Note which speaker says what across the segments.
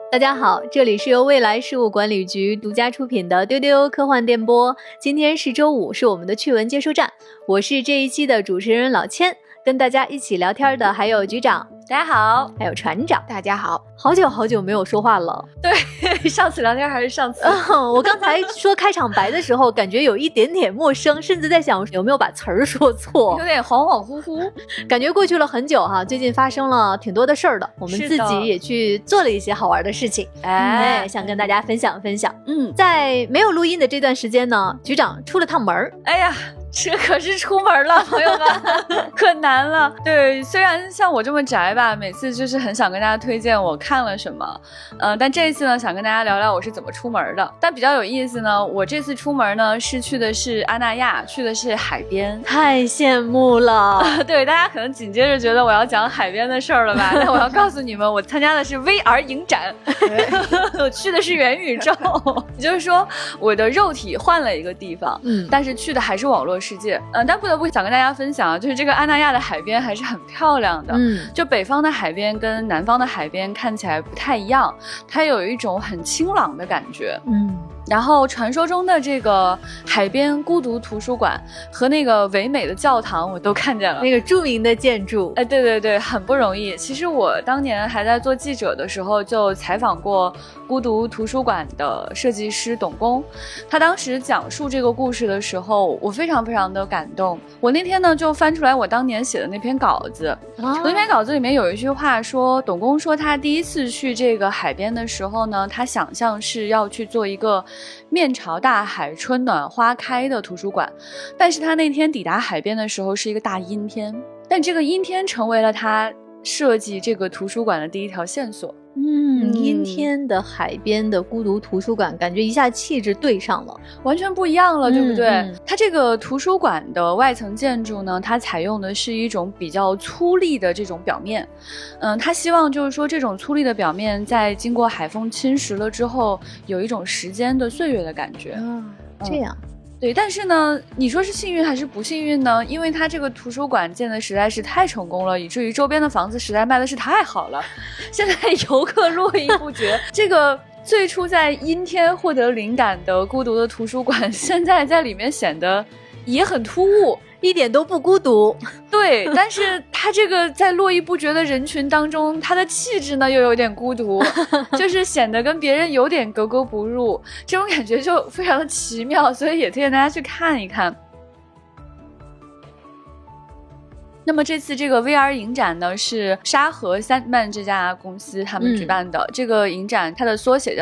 Speaker 1: 大家好，这里是由未来事务管理局独家出品的丢丢科幻电波。今天是周五，是我们的趣闻接收站，我是这一期的主持人老千，跟大家一起聊天的还有局长，
Speaker 2: 大家好，
Speaker 1: 还有船长，
Speaker 2: 大家好。
Speaker 1: 好久没有说话了。
Speaker 2: 对，上次聊天还是上次。
Speaker 1: 我刚才说开场白的时候，感觉有一点点陌生，甚至在想有没有把词儿说错，
Speaker 2: 有点恍恍惚惚，
Speaker 1: 感觉过去了很久哈。最近发生了挺多的事儿的，我们自己也去做了一些好玩的事情，想跟大家分享分享。在没有录音的这段时间呢，局长出了趟门儿。
Speaker 2: 哎呀，这可是出门了，朋友们，可难了。对，虽然像我这么宅吧，每次就是很想跟大家推荐我看了什么，但这一次呢，想跟大家聊聊我是怎么出门的。但比较有意思呢，我这次出门呢是去的是阿那亚，去的是海边，
Speaker 1: 太羡慕了。
Speaker 2: 对，大家可能紧接着觉得我要讲海边的事儿了吧？但我要告诉你们，我参加的是 VR 影展，我去的是元宇宙，也就是说我的肉体换了一个地方，但是去的还是网络世界。但不得不想跟大家分享，就是这个阿那亚的海边还是很漂亮的。就北方的海边跟南方的海边看起来不太一样，它有一种很清朗的感觉。然后传说中的这个海边孤独图书馆和那个唯美的教堂我都看见了，
Speaker 1: 那个著名的建筑。
Speaker 2: 对对对，很不容易。其实我当年还在做记者的时候就采访过孤独图书馆的设计师董工，他当时讲述这个故事的时候，我非常非常的感动。我那天呢就翻出来我当年写的那篇稿子，那篇稿子里面有一句话说，董工说他第一次去这个海边的时候呢，他想象是要去做一个面朝大海春暖花开的图书馆，但是他那天抵达海边的时候是一个大阴天，但这个阴天成为了他设计这个图书馆的第一条线索。
Speaker 1: 阴天的海边的孤独图书馆，感觉一下气质对上了，
Speaker 2: 完全不一样了，对不对？它这个图书馆的外层建筑呢，它采用的是一种比较粗粝的这种表面。它希望就是说这种粗粝的表面在经过海风侵蚀了之后，有一种时间的岁月的感觉。
Speaker 1: 这样。
Speaker 2: 对，但是呢，你说是幸运还是不幸运呢？因为它这个图书馆建的实在是太成功了，以至于周边的房子实在卖的是太好了，现在游客络绎不绝。这个最初在阴天获得灵感的孤独的图书馆，现在在里面显得也很突兀，
Speaker 1: 一点都不孤独。
Speaker 2: 对，但是他这个在络绎不绝的人群当中，他的气质呢又有点孤独，就是显得跟别人有点格格不入，这种感觉就非常的奇妙，所以也推荐大家去看一看。那么这次这个 VR 影展呢，是沙河 Sandman 这家公司他们举办的。这个影展它的缩写叫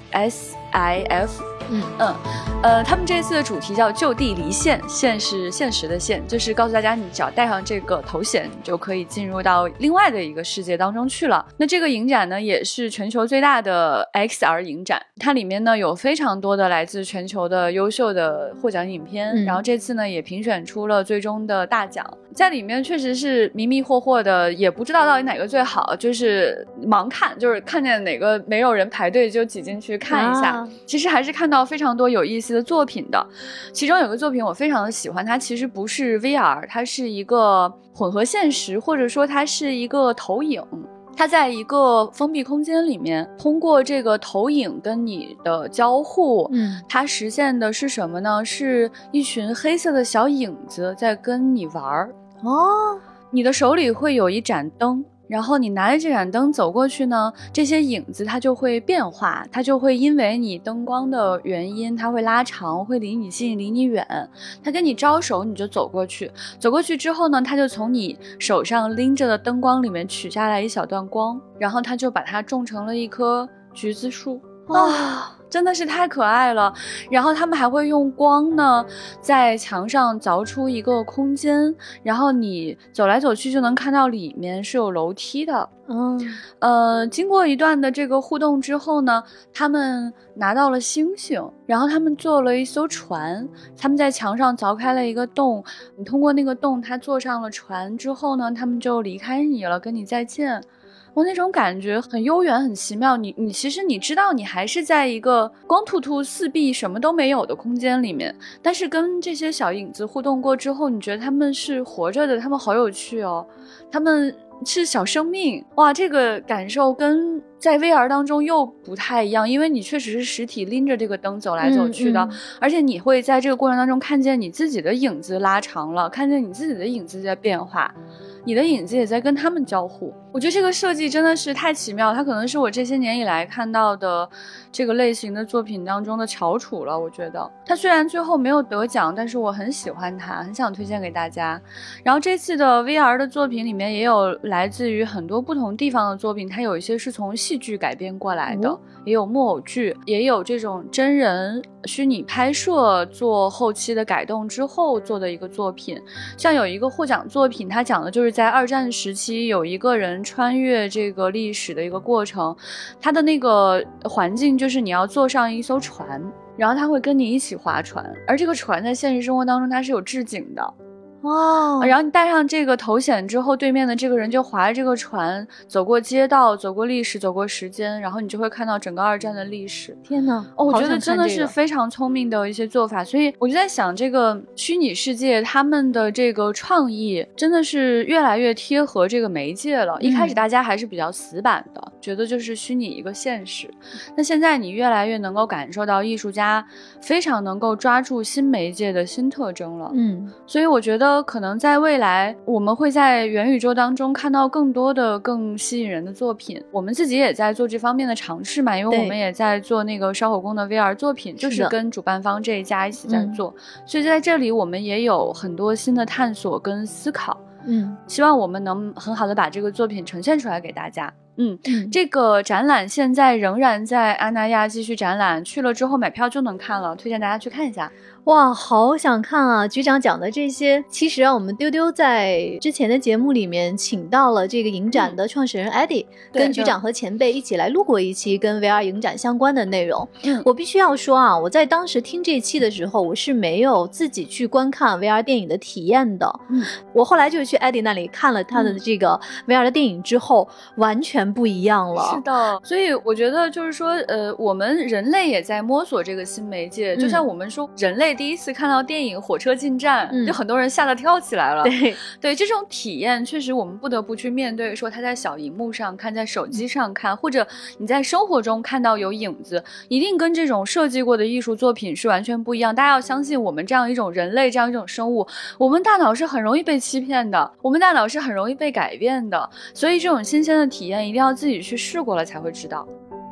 Speaker 2: SIF。他们这次的主题叫就地离线，线是现实的线，就是告诉大家你只要戴上这个头衔，你就可以进入到另外的一个世界当中去了。那这个影展呢，也是全球最大的 XR 影展，它里面呢有非常多的来自全球的优秀的获奖影片，然后这次呢也评选出了最终的大奖，在里面确实是迷迷惑惑的，也不知道到底哪个最好，就是盲看，就是看见哪个没有人排队就挤进去看一下。其实还是看到非常多有意思的作品的，其中有个作品我非常的喜欢，它其实不是 VR， 它是一个混合现实，或者说它是一个投影。它在一个封闭空间里面，通过这个投影跟你的交互，它实现的是什么呢？是一群黑色的小影子在跟你玩。你的手里会有一盏灯，然后你拿着这盏灯走过去呢，这些影子它就会变化，它就会因为你灯光的原因，它会拉长，会离你近离你远，它跟你招手你就走过去，走过去之后呢，它就从你手上拎着的灯光里面取下来一小段光，然后它就把它种成了一棵橘子树。真的是太可爱了。然后他们还会用光呢在墙上凿出一个空间，然后你走来走去就能看到里面是有楼梯的。经过一段的这个互动之后呢，他们拿到了星星，然后他们做了一艘船，他们在墙上凿开了一个洞，你通过那个洞他坐上了船之后呢，他们就离开你了，跟你再见。我那种感觉很悠远很奇妙，你其实你知道你还是在一个光秃秃四壁什么都没有的空间里面，但是跟这些小影子互动过之后，你觉得他们是活着的，他们好有趣哦，他们是小生命，哇，这个感受跟在 VR 当中又不太一样，因为你确实是实体拎着这个灯走来走去的，而且你会在这个过程当中看见你自己的影子拉长了，看见你自己的影子在变化，你的影子也在跟他们交互。我觉得这个设计真的是太奇妙，它可能是我这些年以来看到的这个类型的作品当中的翘楚了。我觉得它虽然最后没有得奖，但是我很喜欢它，很想推荐给大家。然后这次的 VR 的作品里面也有来自于很多不同地方的作品，它有一些是从戏剧改编过来的，也有木偶剧，也有这种真人虚拟拍摄做后期的改动之后做的一个作品。像有一个获奖作品，它讲的就是在二战时期有一个人穿越这个历史的一个过程，他的那个环境就是你要坐上一艘船，然后他会跟你一起划船，而这个船在现实生活当中它是有置景的。
Speaker 1: 哇！
Speaker 2: 然后你戴上这个头显之后，对面的这个人就划着这个船走过街道，走过历史，走过时间，然后你就会看到整个二战的历史。
Speaker 1: 天哪！
Speaker 2: 我觉得真的是非常聪明的一些做法，所以我就在想，这个虚拟世界他们的这个创意真的是越来越贴合这个媒介了。一开始大家还是比较死板的，觉得就是虚拟一个现实，那现在你越来越能够感受到艺术家非常能够抓住新媒介的新特征了。所以我觉得可能在未来我们会在元宇宙当中看到更多的更吸引人的作品。我们自己也在做这方面的尝试嘛，因为我们也在做那个烧火工的 VR 作品，就是跟主办方这一家一起在做，所以在这里我们也有很多新的探索跟思考。希望我们能很好的把这个作品呈现出来给大家。这个展览现在仍然在阿那亚继续展览，去了之后买票就能看了，推荐大家去看一下。
Speaker 1: 哇，好想看啊！局长讲的这些，其实我们丢丢在之前的节目里面请到了这个影展的创始人 Eddie，跟局长和前辈一起来录过一期跟 VR 影展相关的内容。我必须要说啊，我在当时听这期的时候，我是没有自己去观看 VR 电影的体验的。我后来就去 Eddie 那里看了他的这个 VR 的电影之后，完全不一样了。
Speaker 2: 是的，所以我觉得就是说，我们人类也在摸索这个新媒介，就像我们说人类第一次看到电影火车进站，就很多人吓得跳起来了。对，这种体验确实我们不得不去面对，说他在小荧幕上看，在手机上看，或者你在生活中看到有影子，一定跟这种设计过的艺术作品是完全不一样。大家要相信我们这样一种人类，这样一种生物，我们大脑是很容易被欺骗的，我们大脑是很容易被改变的，所以这种新鲜的体验一定要自己去试过了才会知道。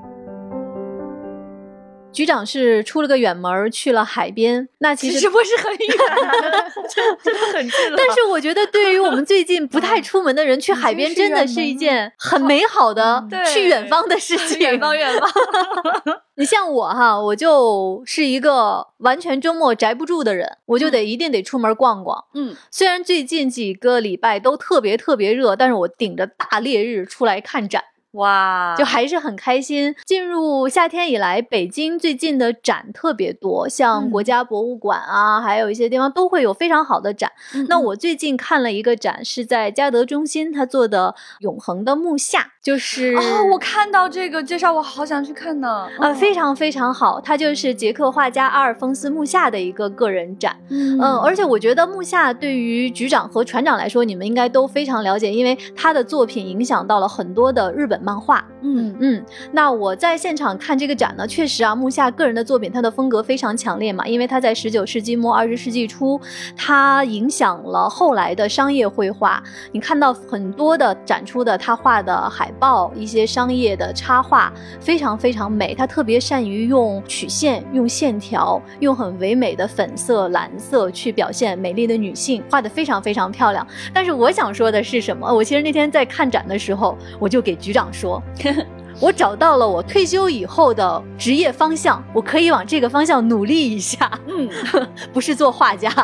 Speaker 1: 局长是出了个远门去了海边，那其实
Speaker 2: 不是很远真的很近了。
Speaker 1: 但是我觉得对于我们最近不太出门的人，去海边真的是一件很美好的去远方的事情。
Speaker 2: 远方
Speaker 1: 你像我哈，我就是一个完全周末宅不住的人，我就一定得出门逛逛。虽然最近几个礼拜都特别热，但是我顶着大烈日出来看展。
Speaker 2: 哇，
Speaker 1: 就还是很开心。进入夏天以来，北京最近的展特别多，像国家博物馆啊，还有一些地方都会有非常好的展。那我最近看了一个展，是在嘉德中心他做的永恒的木下，就是
Speaker 2: 我看到这个介绍，我好想去看呢。
Speaker 1: 非常非常好，它就是捷克画家阿尔丰斯木下的一个个人展。而且我觉得木下对于局长和船长来说，你们应该都非常了解，因为他的作品影响到了很多的日本漫画。那我在现场看这个展呢，确实啊，木下个人的作品他的风格非常强烈嘛，因为他在19世纪末20世纪初他影响了后来的商业绘画。你看到很多的展出的他画的海报，一些商业的插画非常非常美，他特别善于用曲线，用线条，用很唯美的粉色蓝色去表现美丽的女性，画得非常非常漂亮。但是我想说的是什么，我其实那天在看展的时候，我就给局长说我找到了我退休以后的职业方向，我可以往这个方向努力一下。不是做画家。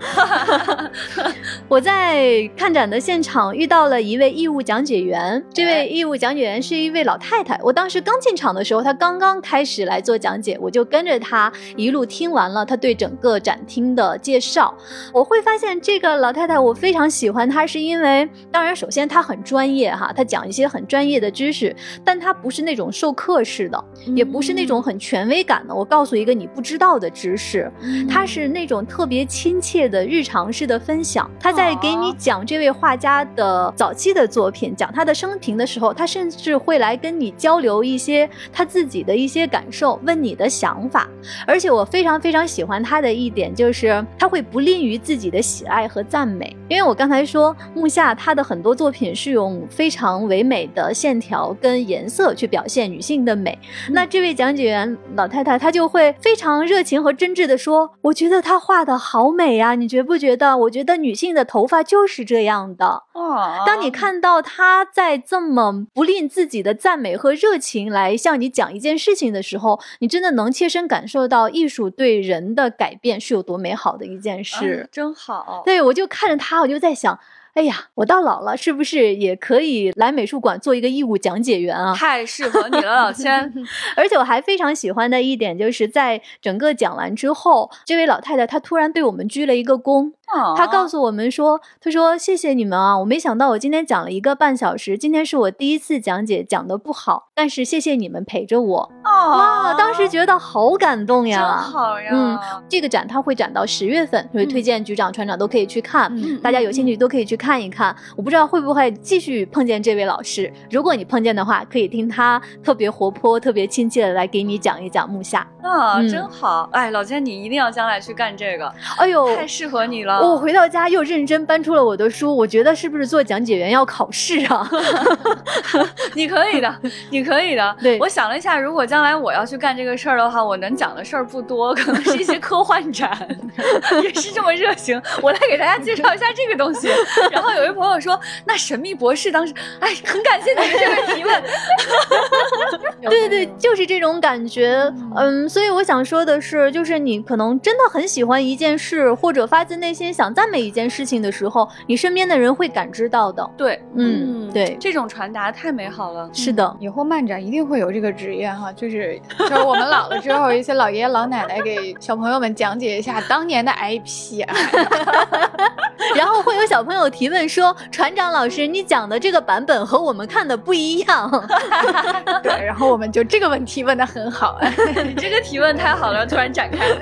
Speaker 1: 我在看展的现场遇到了一位义务讲解员，这位义务讲解员是一位老太太。我当时刚进场的时候，她刚刚开始来做讲解，我就跟着她一路听完了她对整个展厅的介绍。我会发现这个老太太我非常喜欢她，是因为当然首先她很专业哈，她讲一些很专业的知识，但她不是那种授课式的，也不是那种很权威感的，我告诉一个你不知道的知识，它是那种特别亲切的日常式的分享。他在给你讲这位画家的早期的作品，讲他的生平的时候，他甚至会来跟你交流一些他自己的一些感受，问你的想法。而且我非常非常喜欢他的一点就是他会不吝于自己的喜爱和赞美。因为我刚才说木下他的很多作品是用非常唯美的线条跟颜色去表现女性的美，那这位讲解员老太太她就会非常热情和真挚的说，我觉得她画的好美啊，你觉不觉得？我觉得女性的头发就是这样的。当你看到她在这么不吝自己的赞美和热情来向你讲一件事情的时候，你真的能切身感受到艺术对人的改变是有多美好的一件事。
Speaker 2: 真好。
Speaker 1: 对，我就看着她，我就在想，哎呀，我到老了是不是也可以来美术馆做一个义务讲解员啊？
Speaker 2: 太适合你了，老千。
Speaker 1: 而且我还非常喜欢的一点就是在整个讲完之后，这位老太太她突然对我们鞠了一个躬。她告诉我们说，她说谢谢你们啊，我没想到我今天讲了1个半小时，今天是我第一次讲解，讲得不好，但是谢谢你们陪着我。哇，当时觉得好感动呀。
Speaker 2: 真好呀。
Speaker 1: 这个展它会展到10月份，所以推荐局长船长都可以去看，大家有兴趣都可以去看一看。我不知道会不会继续碰见这位老师，如果你碰见的话，可以听他特别活泼特别亲切的来给你讲一讲木下。
Speaker 2: 真好。哎，老千你一定要将来去干这个，
Speaker 1: 哎呦，
Speaker 2: 太适合你了。
Speaker 1: 我回到家又认真搬出了我的书，我觉得是不是做讲解员要考试啊？
Speaker 2: 你可以的，你可以的。
Speaker 1: 对，
Speaker 2: 我想了一下，如果将来我要去干这个事儿的话，我能讲的事儿不多，可能是一些科幻展，也是这么热情。我来给大家介绍一下这个东西。然后有一朋友说，那神秘博士当时，哎，很感谢你们这个提问。
Speaker 1: 对对，就是这种感觉。所以我想说的是，就是你可能真的很喜欢一件事，或者发自内心想赞美一件事情的时候，你身边的人会感知到的。
Speaker 2: 对，
Speaker 1: 对，
Speaker 2: 这种传达太美好了。
Speaker 1: 是的，
Speaker 3: 以后漫展一定会有这个职业哈，就是我们老了之后，一些老爷爷老奶奶给小朋友们讲解一下当年的 IP 啊。
Speaker 1: 然后会有小朋友提问说，船长老师你讲的这个版本和我们看的不一样。
Speaker 3: 对，然后我们就这个问题问得很好。
Speaker 2: 你这个提问太好了，突然展开了。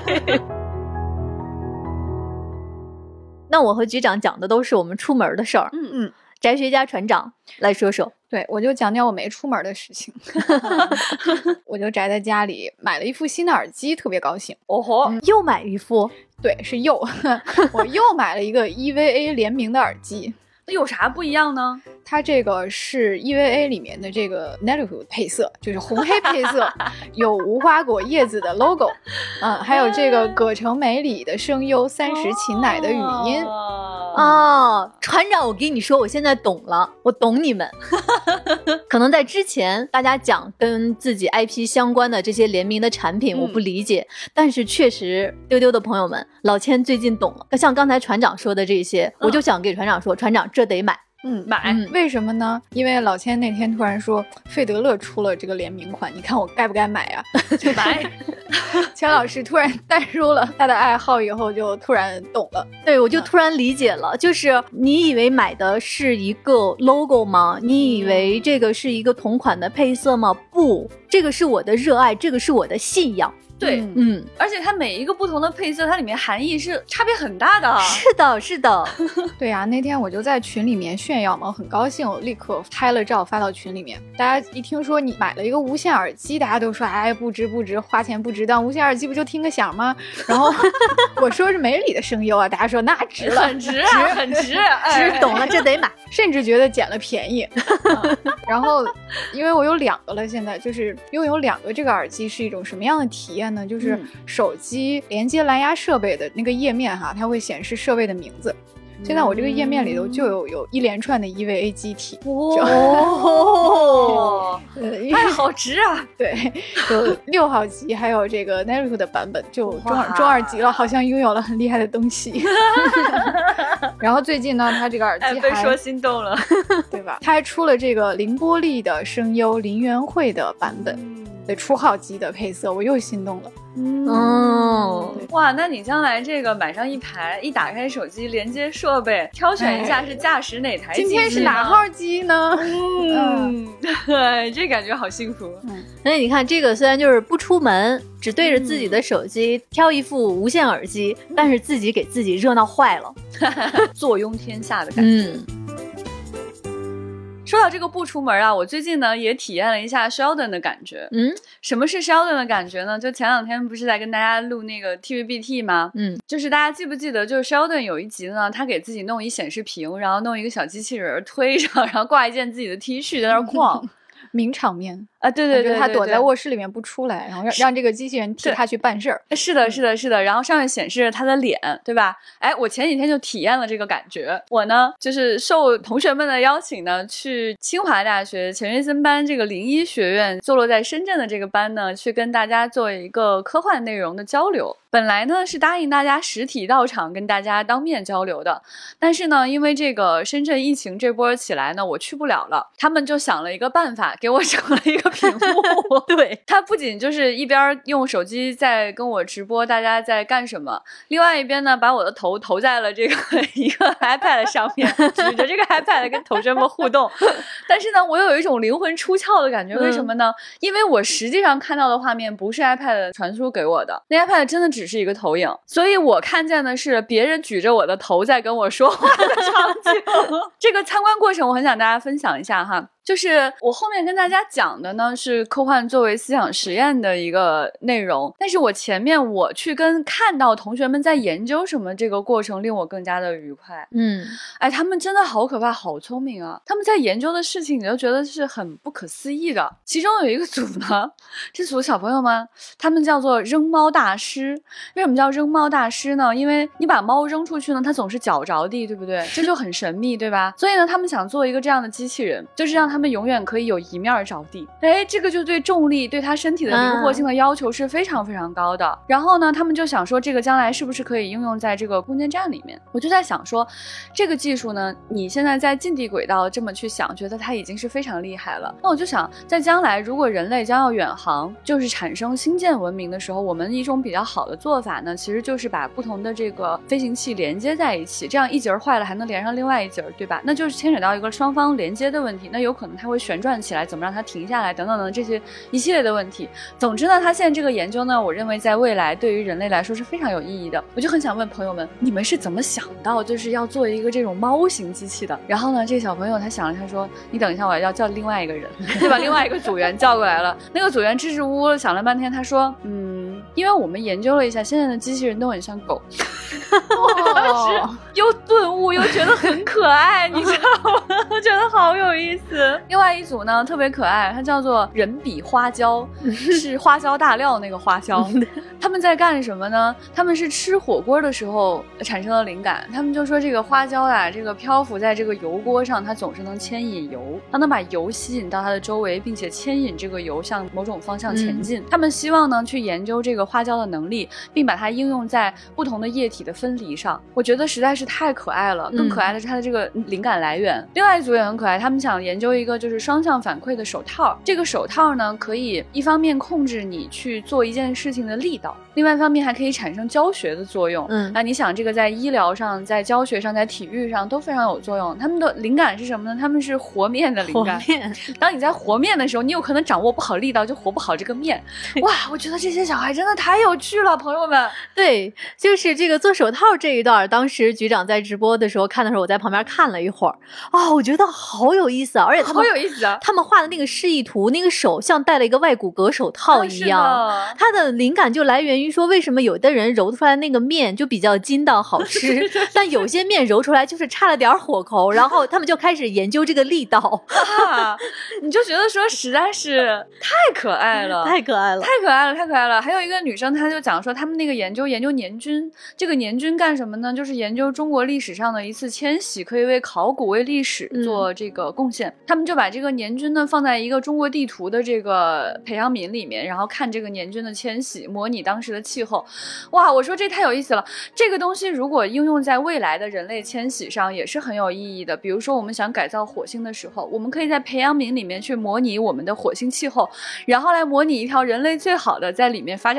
Speaker 1: 那我和局长讲的都是我们出门的事儿。宅学家船长来说说。
Speaker 3: 对，我就讲讲我没出门的事情。我就宅在家里，买了一副新的耳机，特别高兴。
Speaker 1: 又买一副？
Speaker 3: 对，是又。我又买了一个 EVA 联名的耳机。
Speaker 2: 有啥不一样呢？
Speaker 3: 它这个是 EVA 里面的这个 Netflix 配色，就是红黑配色，有无花果叶子的 logo， 还有这个葛城美里的声优30琴乃的语音。
Speaker 1: 船长，我跟你说，我现在懂了，我懂你们。可能在之前大家讲跟自己 IP 相关的这些联名的产品，我不理解，但是确实丢丢的朋友们，老千最近懂了。像刚才船长说的这些，我就想给船长说，船长这得买。
Speaker 2: 买。
Speaker 3: 为什么呢？因为老千那天突然说费德勒出了这个联名款，你看我该不该买啊？
Speaker 2: 就买。
Speaker 3: 钱老师突然带入了他的爱好以后，就突然懂了。
Speaker 1: 对，我就突然理解了，就是你以为买的是一个 logo 吗？你以为这个是一个同款的配色吗？不，这个是我的热爱，这个是我的信仰。
Speaker 2: 对，而且它每一个不同的配色，它里面含义是差别很大的。
Speaker 1: 是的，是的。
Speaker 3: 对呀，那天我就在群里面炫耀嘛，很高兴，我立刻拍了照发到群里面。大家一听说你买了一个无线耳机，大家都说哎，不值不值，花钱不值当，无线耳机不就听个响吗？然后我说是美里的声优啊，大家说那值了，
Speaker 2: 很值啊，很值，
Speaker 1: 值，懂了，这得买，
Speaker 3: 甚至觉得捡了便宜。然后因为我有2个了，现在就是拥有2个这个耳机是一种什么样的体验呢？就是手机连接蓝牙设备的那个页面哈，它会显示设备的名字。现在我这个页面里头就有一连串的 EVA 机体。
Speaker 2: 太好值啊！
Speaker 3: 对，有6号机，还有这个 Netflix 的版本，就中2级了，好像拥有了很厉害的东西。然后最近呢，它这个耳机还
Speaker 2: 被说心动了，
Speaker 3: 对吧？它还出了这个凌波丽的声优林元惠的版本。的初号机的配色，我又心动了。
Speaker 2: 哇，那你将来这个买上一排，一打开手机连接设备，挑选一下是驾驶哪台机？
Speaker 3: 今天是哪号机呢？
Speaker 2: 这感觉好幸福。
Speaker 1: 所以你看，这个虽然就是不出门，只对着自己的手机挑一副无线耳机，但是自己给自己热闹坏了，
Speaker 2: 坐拥天下的感觉。说到这个不出门啊，我最近呢也体验了一下 Sheldon 的感觉。什么是 Sheldon 的感觉呢？就前2天不是在跟大家录那个 TVBT 吗？就是大家记不记得，就是 Sheldon 有一集呢，他给自己弄一显示屏，然后弄一个小机器人推上，然后挂一件自己的 T 恤在那儿逛。
Speaker 3: 名场面
Speaker 2: 啊，对，
Speaker 3: 他躲在卧室里面不出来，然后让这个机器人替他去办事儿。
Speaker 2: 是的，然后上面显示他的脸，对吧？哎，我前几天就体验了这个感觉。我呢，就是受同学们的邀请呢，去清华大学钱学森班这个灵医学院坐落在深圳的这个班呢，去跟大家做一个科幻内容的交流。本来呢是答应大家实体到场跟大家当面交流的，但是呢，因为这个深圳疫情这波起来呢，我去不了了。他们就想了一个办法，给我整了一个屏幕。对，他不仅就是一边用手机在跟我直播大家在干什么，另外一边呢把我的头投在了这个一个 iPad 上面，举着这个 iPad 跟同学们互动。但是呢，我有一种灵魂出窍的感觉，为什么呢？因为我实际上看到的画面不是 iPad 传输给我的，那 iPad 真的只是一个投影，所以我看见的是别人举着我的头在跟我说话的场景。这个参观过程我很想大家分享一下哈。就是我后面跟大家讲的呢是科幻作为思想实验的一个内容，但是我前面我去看到同学们在研究什么这个过程令我更加的愉快。哎，他们真的好可怕，好聪明啊！他们在研究的事情你就觉得是很不可思议的。其中有一个组呢，这组小朋友们他们叫做扔猫大师。为什么叫扔猫大师呢？因为你把猫扔出去呢，它总是脚着地，对不对？这就很神秘，对吧？所以呢，他们想做一个这样的机器人，就是让他们永远可以有一面着地。哎，这个就对重力对他身体的灵活性的要求是非常非常高的。然后呢，他们就想说这个将来是不是可以应用在这个空间站里面。我就在想说这个技术呢，你现在在近地轨道这么去想，觉得它已经是非常厉害了。那我就想在将来如果人类将要远航，就是产生星舰文明的时候，我们一种比较好的做法呢，其实就是把不同的这个飞行器连接在一起，这样一节坏了还能连上另外一节，对吧？那就是牵扯到一个双方连接的问题，那有可能它会旋转起来，怎么让它停下来等等的这些一系列的问题。总之呢，它现在这个研究呢，我认为在未来对于人类来说是非常有意义的。我就很想问朋友们，你们是怎么想到就是要做一个这种猫型机器的？然后呢，这个小朋友他想了，他说你等一下，我要叫另外一个人，就把另外一个组员叫过来了。那个组员支支吾吾想了半天，他说因为我们研究了一下，现在的机器人都很像狗。我当时又顿悟又觉得很可爱，你知道吗？我觉得好有意思。另外一组呢特别可爱，它叫做人比花椒，是花椒大料那个花椒。他们在干什么呢？他们是吃火锅的时候产生了灵感，他们就说这个花椒啊，这个漂浮在这个油锅上，它总是能牵引油，它能把油吸引到它的周围，并且牵引这个油向某种方向前进。他们希望呢去研究这个花椒的能力，并把它应用在不同的液体的分离上。我觉得实在是太可爱了，更可爱的是它的这个灵感来源。另外一组也很可爱，他们想研究一个就是双向反馈的手套。这个手套呢，可以一方面控制你去做一件事情的力道，另外一方面还可以产生教学的作用。那你想这个在医疗上，在教学上，在体育上都非常有作用。他们的灵感是什么呢？他们是和面的灵感。当你在和面的时候，你有可能掌握不好力道，就和不好这个面。哇，我觉得这些小孩真的太有趣了，朋友们。
Speaker 1: 对，就是这个做手套这一段，当时局长在直播的时候看的时候，我在旁边看了一会儿。我觉得好有意思啊，而且
Speaker 2: 好有意思啊！
Speaker 1: 他们画的那个示意图，那个手像戴了一个外骨骼手套一样。它的灵感就来源于说，为什么有的人揉出来那个面就比较筋道好吃，但有些面揉出来就是差了点火候，然后他们就开始研究这个力道。
Speaker 2: 你就觉得说实在是太可爱了，
Speaker 1: 太可爱了，
Speaker 2: 太可爱了，太可爱了。还有一个女生，她就讲说他们那个研究年均，这个年均干什么呢？就是研究中国历史上的一次迁徙，可以为考古为历史做这个贡献。他们就把这个年均呢放在一个中国地图的这个培养皿里面，然后看这个年均的迁徙，模拟当时的气候。哇，我说这太有意思了。这个东西如果应用在未来的人类迁徙上也是很有意义的。比如说我们想改造火星的时候，我们可以在培养皿里面去模拟我们的火星气候，然后来模拟一条人类最好的在里面发展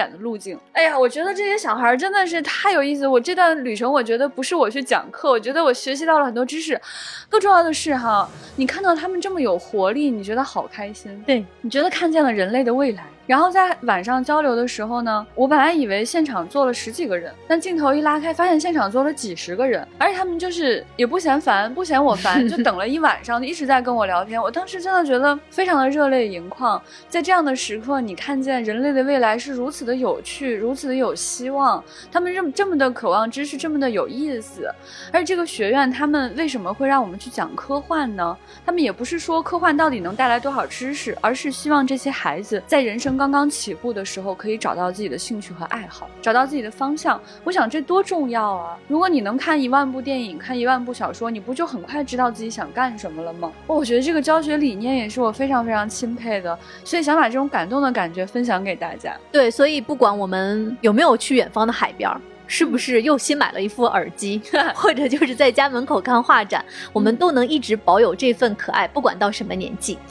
Speaker 2: 展的路径。哎呀，我觉得这些小孩真的是太有意思，我这段旅程我觉得不是我去讲课，我觉得我学习到了很多知识。更重要的是哈，你看到他们这么有活力，你觉得好开心，
Speaker 1: 对，
Speaker 2: 你觉得看见了人类的未来。然后在晚上交流的时候呢，我本来以为现场坐了10几个人，但镜头一拉开发现现场坐了几十个人，而且他们就是也不嫌烦不嫌我烦，就等了一晚上一直在跟我聊天。我当时真的觉得非常的热泪盈眶，在这样的时刻你看见人类的未来是如此的有趣，如此的有希望，他们这么的渴望知识，这么的有意思。而这个学院他们为什么会让我们去讲科幻呢？他们也不是说科幻到底能带来多少知识，而是希望这些孩子在人生刚刚起步的时候可以找到自己的兴趣和爱好，找到自己的方向。我想这多重要啊，如果你能看1万部电影，看1万部小说，你不就很快知道自己想干什么了吗？我觉得这个教学理念也是我非常非常钦佩的，所以想把这种感动的感觉分享给大家。
Speaker 1: 对，所以不管我们有没有去远方的海边，是不是又新买了一副耳机或者就是在家门口看画展，我们都能一直保有这份可爱，不管到什么年纪。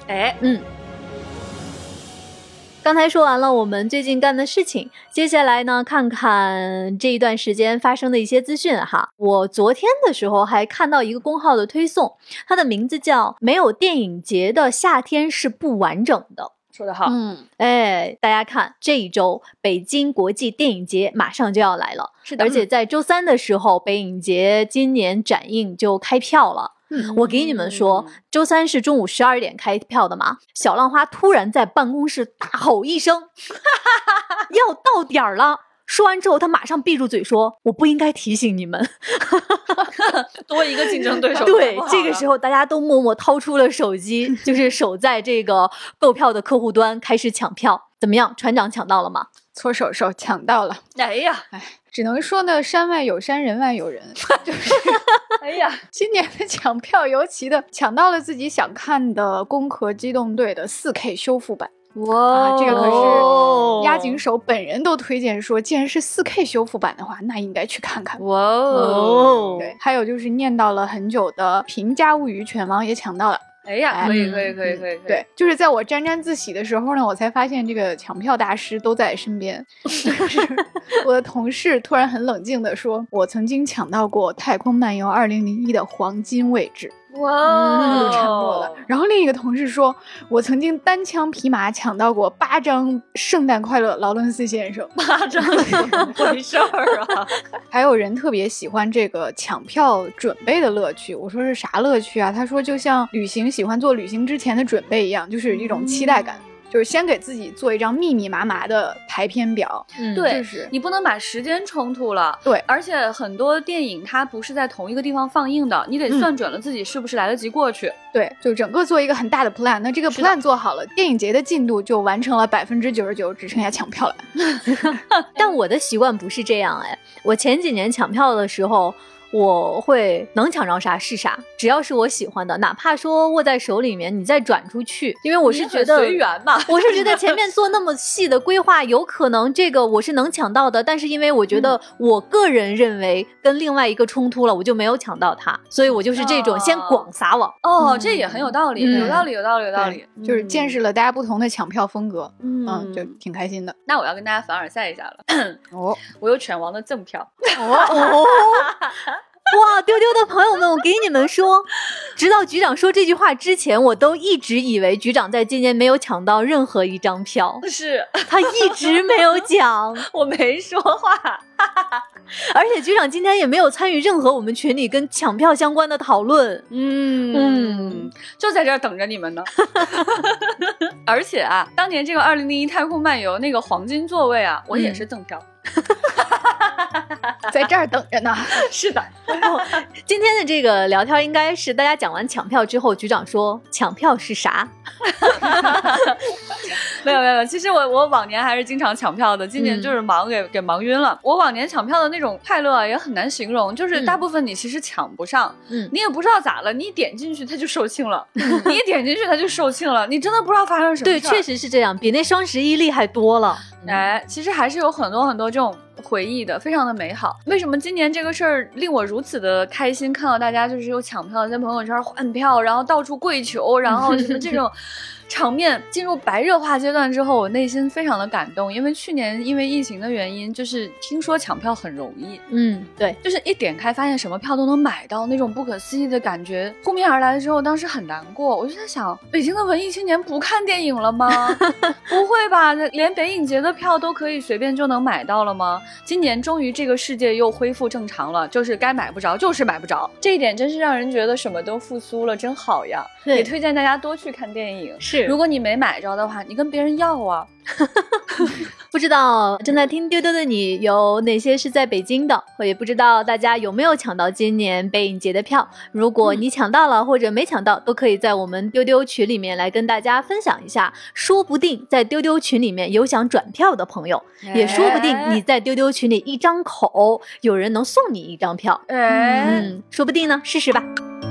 Speaker 1: 刚才说完了我们最近干的事情，接下来呢，看看这一段时间发生的一些资讯哈。我昨天的时候还看到一个公号的推送，它的名字叫没有电影节的夏天是不完整的。
Speaker 2: 说得好，
Speaker 1: 大家看这一周北京国际电影节马上就要来了，
Speaker 2: 是的，
Speaker 1: 而且在周3的时候，北影节今年展映就开票了。我给你们说，周3是中午12点开票的嘛。小浪花突然在办公室大吼一声，要到点儿了。说完之后，他马上闭住嘴说：“我不应该提醒你们。”
Speaker 2: 多一个竞争对手。
Speaker 1: 对，这个时候大家都默默掏出了手机，就是守在这个购票的客户端开始抢票。怎么样，船长抢到了吗？
Speaker 3: 搓手抢到了。
Speaker 2: 哎呀，
Speaker 3: 只能说呢，山外有山，人外有人。就是
Speaker 2: 哎呀，
Speaker 3: 今年的抢票尤其的抢到了自己想看的《攻壳机动队》的4K 修复版。
Speaker 1: 哇，
Speaker 3: 这个可是押井守本人都推荐说，既然是4K 修复版的话，那应该去看看。
Speaker 2: 哇哦，
Speaker 3: 对，还有就是念叨了很久的《平家物语》犬王也抢到了。
Speaker 2: 哎呀，可以。
Speaker 3: 对，就是在我沾沾自喜的时候呢，我才发现这个抢票大师都在身边。就是我的同事突然很冷静地说，我曾经抢到过《太空漫游2001》的黄金位置。
Speaker 2: 哇，
Speaker 3: 就沉默了。然后另一个同事说，我曾经单枪匹马抢到过8张圣诞快乐劳伦斯先生。
Speaker 2: 8张怎么回事儿啊？
Speaker 3: 还有人特别喜欢这个抢票准备的乐趣。我说是啥乐趣啊？他说就像旅行喜欢做旅行之前的准备一样，就是一种期待感。就是先给自己做一张密密麻麻的排片表。
Speaker 2: 对，
Speaker 3: 就是
Speaker 2: 你不能把时间冲突了。
Speaker 3: 对，
Speaker 2: 而且很多电影它不是在同一个地方放映的，你得算准了自己是不是来得及过去。
Speaker 3: 对，就整个做一个很大的 plan。那这个 plan 做好了，电影节的进度就完成了99%，只剩下抢票了。
Speaker 1: 但我的习惯不是这样哎，我前几年抢票的时候，我会能抢着啥是啥，只要是我喜欢的，哪怕说握在手里面你再转出去，因为我是觉得
Speaker 2: 随缘嘛，
Speaker 1: 我是觉得前面做那么细的规划，有可能这个我是能抢到的，但是因为我觉得我个人认为跟另外一个冲突了，我就没有抢到它，所以我就是这种先广撒网。
Speaker 2: 这也很有道理，有道理，
Speaker 3: 就是见识了大家不同的抢票风格，就挺开心的。
Speaker 2: 那我要跟大家凡尔赛一下了。我有犬王的赠票。
Speaker 1: 哇，丢丢的朋友们，我给你们说，直到局长说这句话之前，我都一直以为局长在今年没有抢到任何一张票，
Speaker 2: 是
Speaker 1: 他一直没有讲。
Speaker 2: 我没说话。
Speaker 1: 而且局长今天也没有参与任何我们群里跟抢票相关的讨论。
Speaker 2: 就在这儿等着你们呢。而且啊，当年这个2001太空漫游那个黄金座位啊，我也是赠票。
Speaker 3: 在这儿等着呢。
Speaker 2: 是的。
Speaker 1: 今天的这个聊天应该是大家讲完抢票之后，局长说抢票是啥？
Speaker 2: 没有，其实我往年还是经常抢票的，今年就是忙给忙晕了。我往年抢票的那种快乐也很难形容，就是大部分你其实抢不上，你也不知道咋了，你一点进去它就售罄了，你一点进去它就售罄了，你真的不知道发生什么事。
Speaker 1: 对，确实是这样，比那双11厉害多了。
Speaker 2: 其实还是有很多这种回忆的，非常的美好。为什么今年这个事儿令我如此的开心？看到大家就是有抢票，在朋友圈换票，然后到处跪求，然后什么这种场面进入白热化阶段之后，我内心非常的感动，因为去年因为疫情的原因，就是听说抢票很容易，
Speaker 1: 对，
Speaker 2: 就是一点开发现什么票都能买到，那种不可思议的感觉扑面而来之后，当时很难过，我就在想，北京的文艺青年不看电影了吗？不会吧，连北影节的票都可以随便就能买到了吗？今年终于这个世界又恢复正常了，就是该买不着就是买不着，这一点真是让人觉得什么都复苏了，真好呀。也推荐大家多去看电影，
Speaker 1: 是，
Speaker 2: 如果你没买着的话，你跟别人要啊。
Speaker 1: 不知道正在听丢丢的你有哪些是在北京的，我也不知道大家有没有抢到今年北影节的票，如果你抢到了或者没抢到，都可以在我们丢丢群里面来跟大家分享一下，说不定在丢丢群里面有想转票的朋友，也说不定你在丢丢群里一张口有人能送你一张票，说不定呢，试试吧。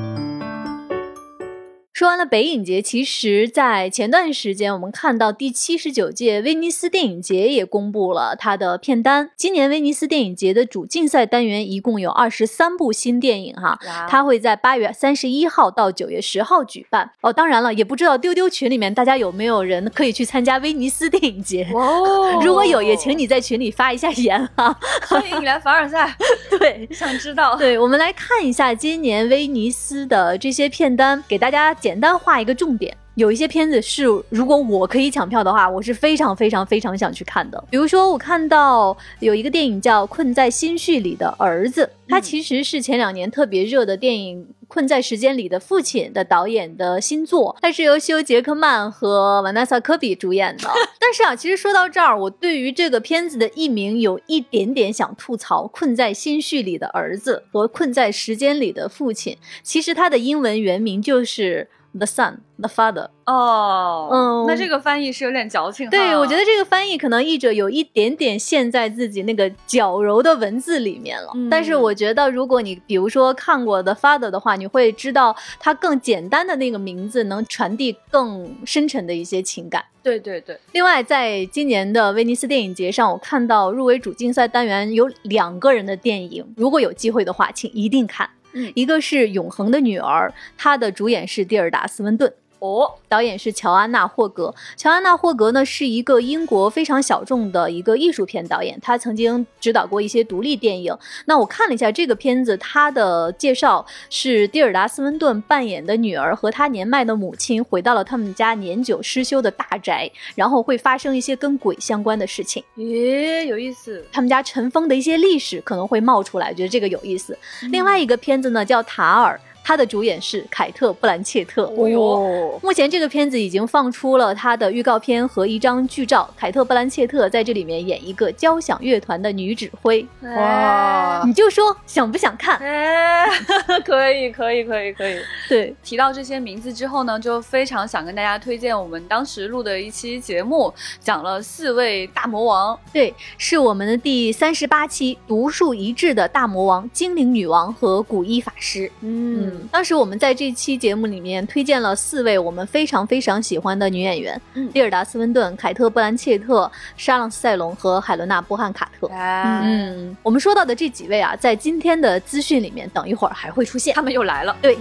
Speaker 1: 说完了北影节，其实在前段时间我们看到第79届威尼斯电影节也公布了它的片单。今年威尼斯电影节的主竞赛单元一共有23部新电影哈，它会在8月31号到9月10号举办。当然了，也不知道丢丢群里面大家有没有人可以去参加威尼斯电影节，如果有，也请你在群里发一下言哈。
Speaker 2: 欢迎你来凡尔赛。
Speaker 1: 对，
Speaker 2: 想知道。
Speaker 1: 对，我们来看一下今年威尼斯的这些片单，给大家简单画一个重点。有一些片子是如果我可以抢票的话，我是非常非常非常想去看的。比如说我看到有一个电影叫《困在心绪里的儿子》，它其实是前2年特别热的电影《困在时间里的父亲》的导演的新作，它是由休·杰克曼和瓦纳萨·科比主演的。但是其实说到这儿，我对于这个片子的译名有一点点想吐槽，《困在心绪里的儿子》和《困在时间里的父亲》，其实它的英文原名就是The Son, The Father。
Speaker 2: 那这个翻译是有点矫情哈。
Speaker 1: 对，我觉得这个翻译可能译者有一点点陷在自己那个矫揉的文字里面了。但是我觉得如果你比如说看过 The Father 的话，你会知道它更简单的那个名字能传递更深沉的一些情感。
Speaker 2: 对对对。
Speaker 1: 另外在今年的威尼斯电影节上，我看到入围主竞赛单元有2个人的电影，如果有机会的话请一定看。一个是《永恒的女儿》，它的主演是蒂尔达·斯温顿，导演是乔安娜·霍格。乔安娜·霍格呢是一个英国非常小众的一个艺术片导演，他曾经指导过一些独立电影。那我看了一下这个片子，他的介绍是蒂尔达·斯温顿扮演的女儿和她年迈的母亲回到了他们家年久失修的大宅，然后会发生一些跟鬼相关的事情。
Speaker 2: 有意思，
Speaker 1: 他们家尘封的一些历史可能会冒出来，觉得这个有意思。另外一个片子呢叫《塔尔》，他的主演是凯特·布兰切特。目前这个片子已经放出了他的预告片和一张剧照，凯特·布兰切特在这里面演一个交响乐团的女指挥。
Speaker 3: 哇，
Speaker 1: 你就说想不想看？
Speaker 2: 可以。
Speaker 1: 对，
Speaker 2: 提到这些名字之后呢，就非常想跟大家推荐我们当时录的一期节目，讲了4位大魔王。
Speaker 1: 对，是我们的第38期，独树一帜的大魔王、精灵女王和古一法师。当时我们在这期节目里面推荐了4位我们非常非常喜欢的女演员，蒂尔达·斯温顿、凯特·布兰切特、莎朗·斯塞隆和海伦娜·波汉卡特。我们说到的这几位啊，在今天的资讯里面等一会儿还会出现，
Speaker 2: 他们又来了。
Speaker 1: 对，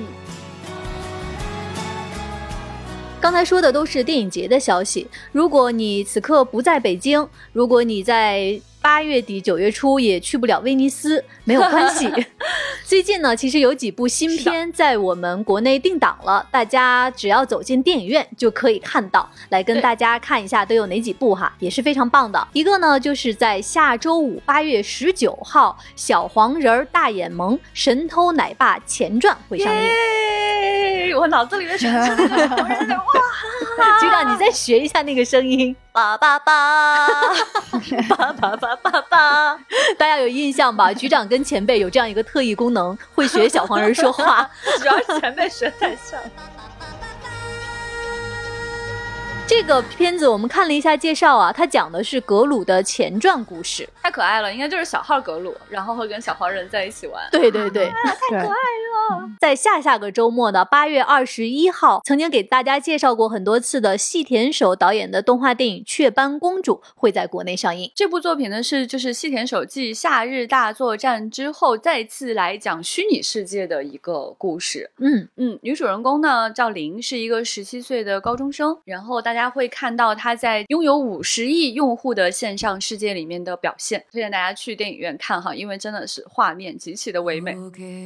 Speaker 1: 刚才说的都是电影节的消息，如果你此刻不在北京，如果你在8月底9月初也去不了威尼斯，没有关系。最近呢，其实有几部新片在我们国内定档了，大家只要走进电影院就可以看到，来跟大家看一下都有哪几部哈，也是非常棒的。一个呢，就是在下周五8月19号，小黄人大眼萌神偷奶爸前传会上映。
Speaker 2: 我脑子里面全是那个小黄人的哇！
Speaker 1: 局长，你再学一下那个声音，叭叭叭，叭叭叭叭叭，大家有印象吧？局长跟前辈有这样一个特异功能，会学小黄人说话，
Speaker 2: 主要是前辈学太像。
Speaker 1: 这个片子我们看了一下介绍啊，它讲的是格鲁的前传故事。
Speaker 2: 太可爱了，应该就是小号格鲁，然后会跟小黄人在一起玩。
Speaker 1: 对对对，
Speaker 2: 太可爱了。
Speaker 1: 在下个周末的8月21号，曾经给大家介绍过很多次的细田守导演的动画电影《雀斑公主》会在国内上映。
Speaker 2: 这部作品呢就是细田守继夏日大作战之后再次来讲虚拟世界的一个故事。女主人公呢叫林，是一个17岁的高中生，然后大家会看到她在拥有50亿用户的线上世界里面的表现，推荐大家去电影院看哈，因为真的是画面极其的唯美。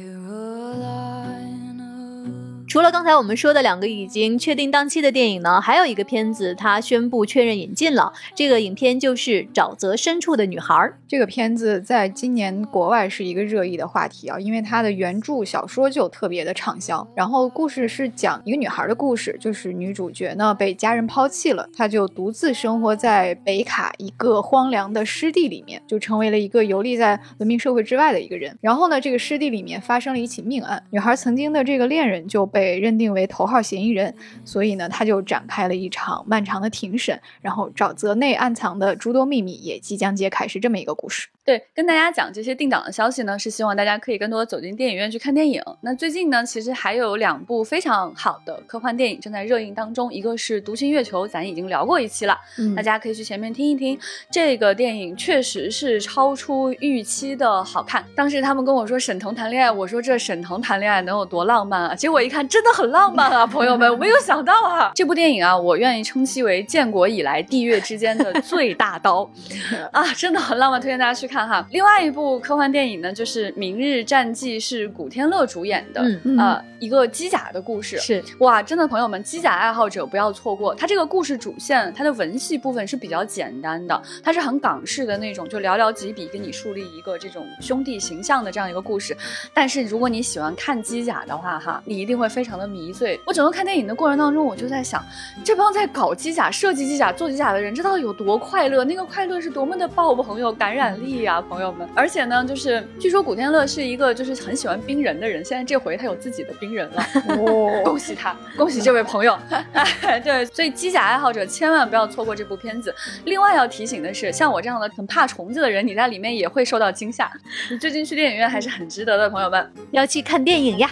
Speaker 1: 除了刚才我们说的2个已经确定档期的电影呢，还有一个片子它宣布确认引进了，这个影片就是沼泽深处的女孩。
Speaker 3: 这个片子在今年国外是一个热议的话题啊，因为它的原著小说就特别的畅销。然后故事是讲一个女孩的故事，就是女主角呢被家人抛弃了，她就独自生活在北卡一个荒凉的湿地里面，就成为了一个游历在文明社会之外的一个人。然后呢，这个湿地里面发生了一起命案，女孩曾经的这个恋人就被认定为头号嫌疑人，所以呢，他就展开了一场漫长的庭审，然后沼泽内暗藏的诸多秘密也即将揭开，是这么一个故事。
Speaker 2: 对，跟大家讲这些定档的消息呢，是希望大家可以更多走进电影院去看电影。那最近呢，其实还有2部非常好的科幻电影正在热映当中，一个是《独行月球》，咱已经聊过一期了，大家可以去前面听一听。这个电影确实是超出预期的好看。当时他们跟我说沈腾谈恋爱，我说这沈腾谈恋爱能有多浪漫啊？结果一看真的很浪漫啊，朋友们，我没有想到啊。这部电影啊，我愿意称其为建国以来地月之间的最大刀啊，真的很浪漫，推荐大家去看哈。另外一部科幻电影呢，就是《明日战记》，是古天乐主演的，一个机甲的故事。
Speaker 1: 是
Speaker 2: 哇，真的朋友们，机甲爱好者不要错过。它这个故事主线，它的文戏部分是比较简单的，它是很港式的那种，就寥寥几笔给你树立一个这种兄弟形象的这样一个故事。但是如果你喜欢看机甲的话哈，你一定会非常的迷醉。我整个看电影的过程当中，我就在想，这帮在搞机甲、设计机甲、做机甲的人，这到底有多快乐？那个快乐是多么的爆棚有感染力啊，朋友们！而且呢，就是据说古天乐是一个就是很喜欢冰人的人，现在这回他有自己的冰人了，恭喜他，恭喜这位朋友！对，所以机甲爱好者千万不要错过这部片子。另外要提醒的是，像我这样的很怕虫子的人，你在里面也会受到惊吓。你最近去电影院还是很值得的，朋友们，
Speaker 1: 要去看电影呀。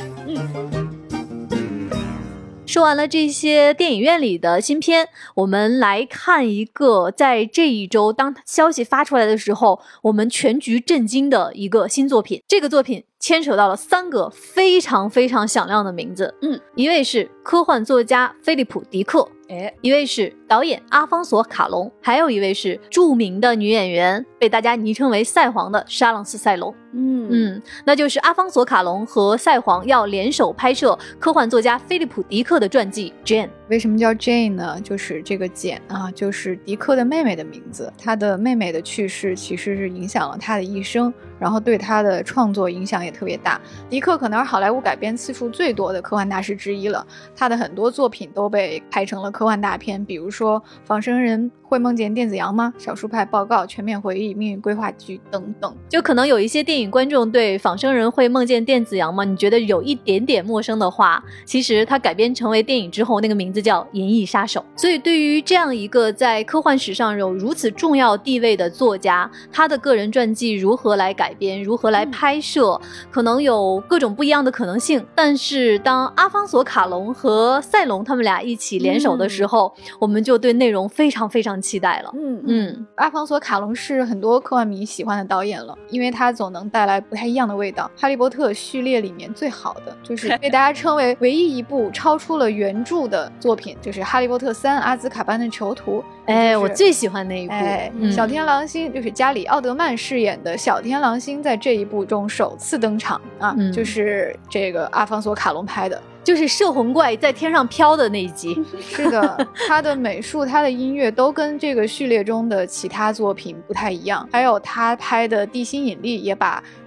Speaker 1: 说完了这些电影院里的新片，我们来看一个在这一周当消息发出来的时候，我们全局震惊的一个新作品。这个作品牵扯到了3个非常非常响亮的名字，一位是科幻作家菲利普·迪克，一位是导演阿方索·卡隆，还有一位是著名的女演员，被大家昵称为赛皇的莎朗斯·赛隆。那就是阿方索·卡隆和赛皇要联手拍摄科幻作家菲利普·迪克的传记 Jane。
Speaker 3: 为什么叫 Jane 呢？就是这个简啊，就是迪克的妹妹的名字。他的妹妹的去世其实是影响了他的一生，然后对他的创作影响也特别大。迪克可能是好莱坞改编次数最多的科幻大师之一了，他的很多作品都被拍成了科幻大片，比如说仿生人会梦见电子羊吗？少数派报告、全面回忆、命运规划局等等。
Speaker 1: 就可能有一些电影观众对仿生人会梦见电子羊吗，你觉得有一点点陌生的话，其实它改编成为电影之后，那个名字叫银翼杀手。所以对于这样一个在科幻史上有如此重要地位的作家，他的个人传记如何来改编，如何来拍摄，可能有各种不一样的可能性。但是当阿方索·卡隆和赛隆他们俩一起联手的时候，我们就对内容非常非常期待了。
Speaker 3: 阿方索·卡隆是很多科幻迷喜欢的导演了，因为他总能带来不太一样的味道。哈利波特序列里面最好的，就是被大家称为唯一一部超出了原著的作品，就是《哈利波特3：阿兹卡班的囚徒》。
Speaker 1: 我最喜欢那一部。
Speaker 3: 小天狼星就是加里奥德曼饰演的小天狼星，在这一部中首次登场啊，就是这个阿方索·卡隆拍的。
Speaker 1: 就是摄魂怪在天上飘的那一集。
Speaker 3: 是的，他的美术他的音乐都跟这个序列中的其他作品不太一样，还有他拍的地心引力也把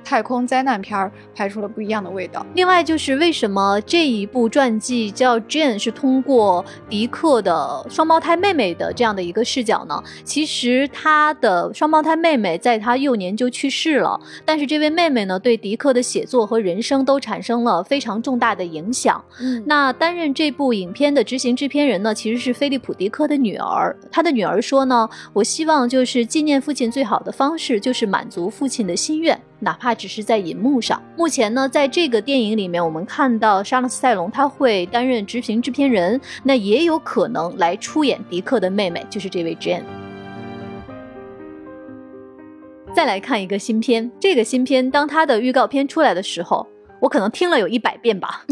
Speaker 3: 太空灾难片拍出了不一样的味道。
Speaker 1: 另外就是为什么这一部传记叫 Jane 是通过迪克的双胞胎妹妹的这样的一个视角呢？其实他的双胞胎妹妹在他幼年就去世了，但是这位妹妹呢对迪克的写作和人生都产生了非常重大的影响。那担任这部影片的执行制片人呢其实是菲利普·迪克的女儿。他的女儿说呢，我希望就是纪念父亲最好的方式就是满足父亲的心愿，哪怕只是在银幕上。目前呢在这个电影里面我们看到莎拉斯塞隆他会担任执行制片人，那也有可能来出演迪克的妹妹，就是这位 Jane。 再来看一个新片，这个新片当它的预告片出来的时候，我可能听了有100遍吧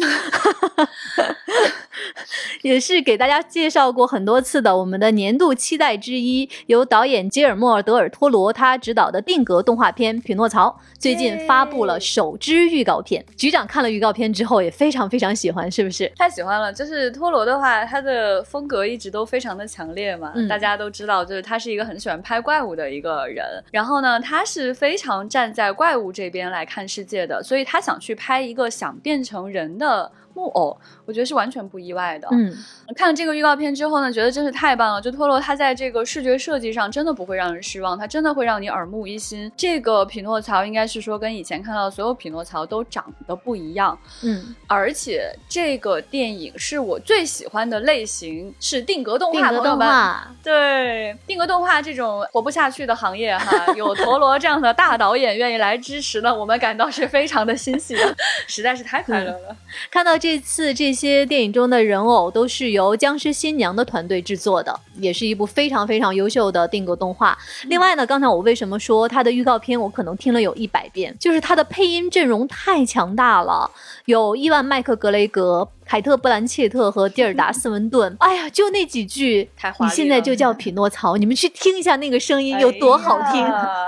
Speaker 1: 也是给大家介绍过很多次的我们的年度期待之一，由导演吉尔莫·德尔托罗他执导的定格动画片《匹诺曹》最近发布了首支预告片。局长看了预告片之后也非常非常喜欢，是不是？
Speaker 2: 太喜欢了，就是托罗的话他的风格一直都非常的强烈嘛，大家都知道就是他是一个很喜欢拍怪物的一个人，然后呢他是非常站在怪物这边来看世界的，所以他想去拍一个想变成人的木偶，我觉得是完全不意外的。看了这个预告片之后呢，觉得真是太棒了，就托罗他在这个视觉设计上真的不会让人失望，他真的会让你耳目一新。这个匹诺曹应该是说跟以前看到的所有匹诺曹都长得不一样，而且这个电影是我最喜欢的类型，是定格动画。
Speaker 1: 定格动画，
Speaker 2: 对，定格动画这种活不下去的行业哈，有陀螺这样的大导演愿意来支持呢，我们感到是非常的欣喜的，实在是太快乐了。
Speaker 1: 看到这次这些电影中的人偶都是由僵尸新娘的团队制作的，也是一部非常非常优秀的定格动画。另外呢，刚才我为什么说它的预告片我可能听了有100遍，就是它的配音阵容太强大了，有伊万麦克格雷格、凯特·布兰切特和蒂尔达·斯文顿。哎呀，就那几句，
Speaker 2: 太华丽了，
Speaker 1: 你现在就叫匹诺曹，你们去听一下那个声音有多好听。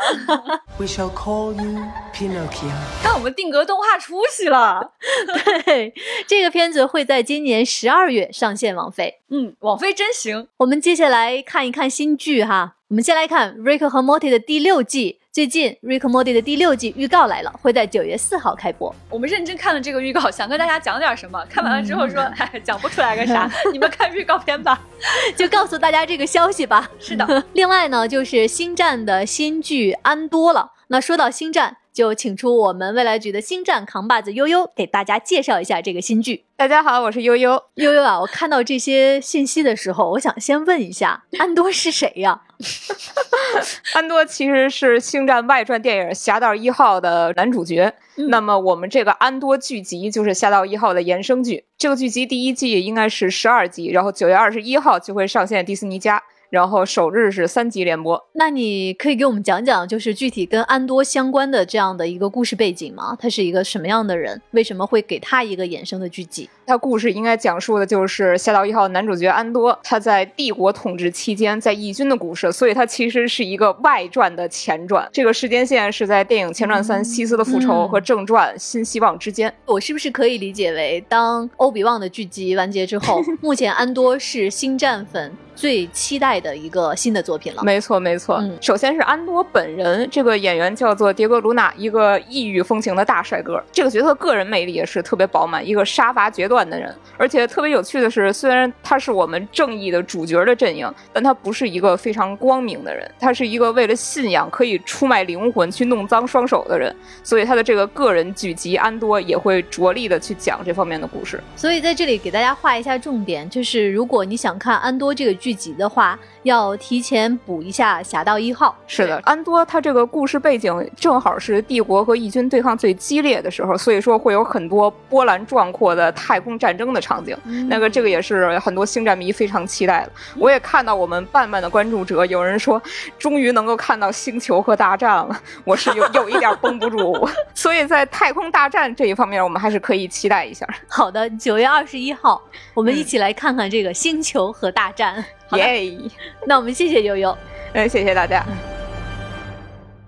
Speaker 4: We shall call you Pinocchio。
Speaker 2: 但我们定格动画出息了。
Speaker 1: 对，这个片子会在今年12月上线网飞。
Speaker 2: 网飞真行。
Speaker 1: 我们接下来看一看新剧哈。我们先来看 Rick 和 Morty 的第6季。最近 Rick Morty 的第6季预告来了，会在9月4号开播。
Speaker 2: 我们认真看了这个预告，想跟大家讲点什么，看完了之后说讲不出来个啥你们看预告片吧
Speaker 1: 就告诉大家这个消息吧。
Speaker 2: 是的
Speaker 1: 另外呢就是星战的新剧安多了。那说到星战，就请出我们未来局的星战扛把子悠悠给大家介绍一下这个新剧。
Speaker 3: 大家好，我是悠悠。
Speaker 1: 悠悠啊，我看到这些信息的时候，我想先问一下，安多是谁呀？
Speaker 3: 安多其实是星战外传电影《侠盗1号》的男主角。那么我们这个安多剧集就是《侠盗1号》的衍生剧。这个剧集第1季应该是12集，然后9月21号就会上线迪士尼+。然后首日是3集连播。
Speaker 1: 那你可以给我们讲讲就是具体跟安多相关的这样的一个故事背景吗？他是一个什么样的人？为什么会给他一个衍生的剧集？
Speaker 3: 他故事应该讲述的就是侠盗1号男主角安多，他在帝国统治期间在义军的故事，所以他其实是一个外传的前传。这个时间线是在电影前传3西斯的复仇和正传新希望之间。
Speaker 1: 我是不是可以理解为当欧比旺的剧集完结之后目前安多是星战粉最期待的一个新的作品了？
Speaker 3: 没错没错。首先是安多本人，这个演员叫做迭戈·卢纳，一个异域风情的大帅哥。这个角色个人魅力也是特别饱满，一个杀伐决断的人。而且特别有趣的是，虽然他是我们正义的主角的阵营，但他不是一个非常光明的人，他是一个为了信仰可以出卖灵魂去弄脏双手的人。所以他的这个个人剧集安多也会着力的去讲这方面的故事。
Speaker 1: 所以在这里给大家画一下重点，就是如果你想看安多这个剧集的话，要提前补一下侠盗1号。
Speaker 3: 是的，安多他这个故事背景正好是帝国和义军对抗最激烈的时候，所以说会有很多波澜壮阔的太空战争的场景。这个也是很多星战迷非常期待的。我也看到我们半的关注者有人说终于能够看到星球和大战了，我是有一点绷不住所以在太空大战这一方面我们还是可以期待一下。
Speaker 1: 好的，9月21号我们一起来看看这个星球和大战。耶、
Speaker 3: yeah ！
Speaker 1: 那我们谢谢悠悠。
Speaker 3: 谢谢大家。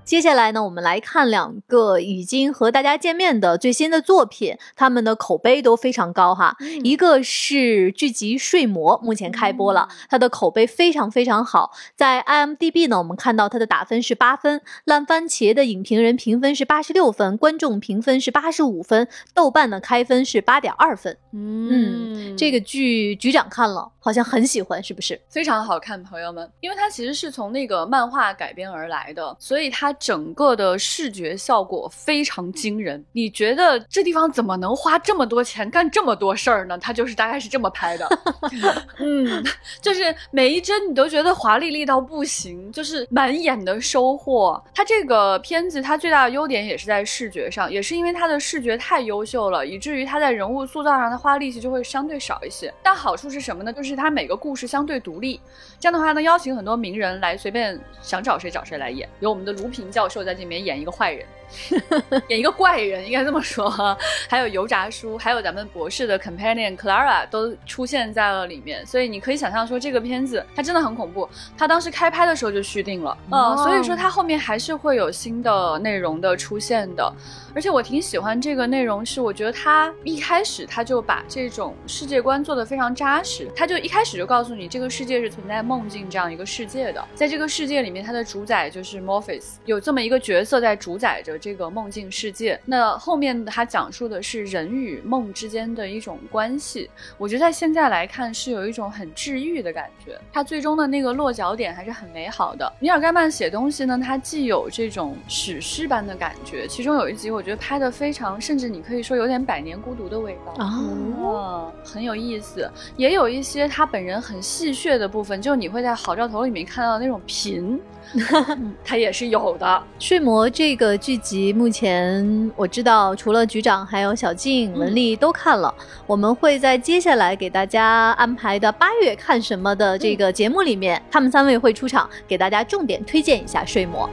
Speaker 1: 接下来呢，我们来看2个已经和大家见面的最新的作品，他们的口碑都非常高哈。一个是剧集《睡魔》，目前开播了，它的口碑非常非常好。在 IMDB 呢，我们看到它的打分是8分，烂番茄的影评人评分是86分，观众评分是85分，豆瓣的开分是8.2分。这个剧局长看了好像很喜欢，是不是？
Speaker 2: 非常好看，朋友们，因为它其实是从那个漫画改编而来的，所以它整个的视觉效果非常惊人。你觉得这地方怎么能花这么多钱干这么多事儿呢？它就是大概是这么拍的。就是每一帧你都觉得华丽丽到不行，就是满眼的收获。它这个片子它最大的优点也是在视觉上，也是因为它的视觉太优秀了，以至于它在人物塑造上它花力气就会相对少一些。但好处是什么呢？就是它每个故事相对独立，这样的话呢，邀请很多名人来随便想找谁找谁来演，有我们的卢平教授在这里面演一个坏人演一个怪人，应该这么说哈。还有油炸叔，还有咱们博士的 companion Clara 都出现在了里面，所以你可以想象说这个片子它真的很恐怖。它当时开拍的时候就续订了，所以说它后面还是会有新的内容的出现的。而且我挺喜欢这个内容，是我觉得他一开始他就把这种世界观做得非常扎实，他就一开始就告诉你这个世界是存在梦境这样一个世界的，在这个世界里面它的主宰就是 Morpheus， 有这么一个角色在主宰着这个梦境世界。那后面他讲述的是人与梦之间的一种关系，我觉得在现在来看是有一种很治愈的感觉，他最终的那个落脚点还是很美好的。尼尔盖曼写东西呢，他既有这种史诗般的感觉，其中有一集我觉得拍得非常，甚至你可以说有点百年孤独的味道很有意思。也有一些他本人很戏谑的部分，就你会在好兆头里面看到那种贫它也是有的。
Speaker 1: 睡魔这个剧集目前我知道除了局长还有小静、文丽都看了，我们会在接下来给大家安排的8月看什么的这个节目里面，他们3位会出场给大家重点推荐一下睡魔。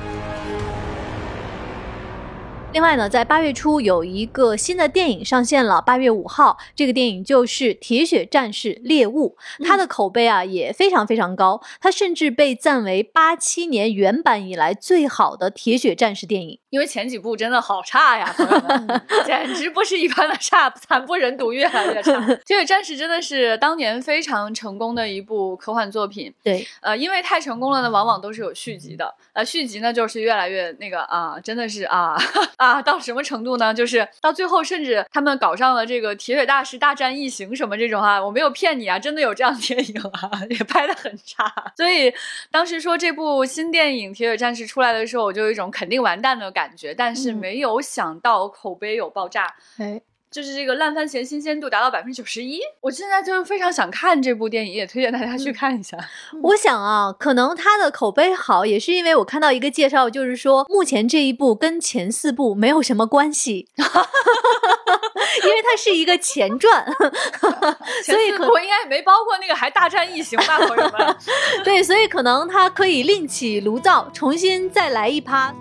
Speaker 1: 另外呢，在8月初有一个新的电影上线了，8月5号，这个电影就是《铁血战士猎物》，它的口碑啊也非常非常高，它甚至被赞为87年原版以来最好的铁血战士电影。
Speaker 2: 因为前几部真的好差呀，朋友们简直不是一般的差，惨不忍睹，越来越差。铁血战士真的是当年非常成功的一部科幻作品。
Speaker 1: 对，
Speaker 2: 因为太成功了呢，往往都是有续集的。续集呢就是越来越那个真的是到什么程度呢？就是到最后甚至他们搞上了这个铁血大师大战异形什么这种我没有骗你真的有这样的电影也拍得很差。所以当时说这部新电影铁血战士出来的时候，我就有一种肯定完蛋的感觉，但是没有想到口碑有爆炸。就是这个烂番茄新鲜度达到91%，我现在就是非常想看这部电影，也推荐大家去看一下。
Speaker 1: 我想可能它的口碑好，也是因为我看到一个介绍，就是说目前这一部跟前4部没有什么关系，因为它是一个前传，
Speaker 2: 所以可能应该也没包括那个还大战异形吧，朋友们。
Speaker 1: 对，所以可能它可以另起炉灶，重新再来一趴。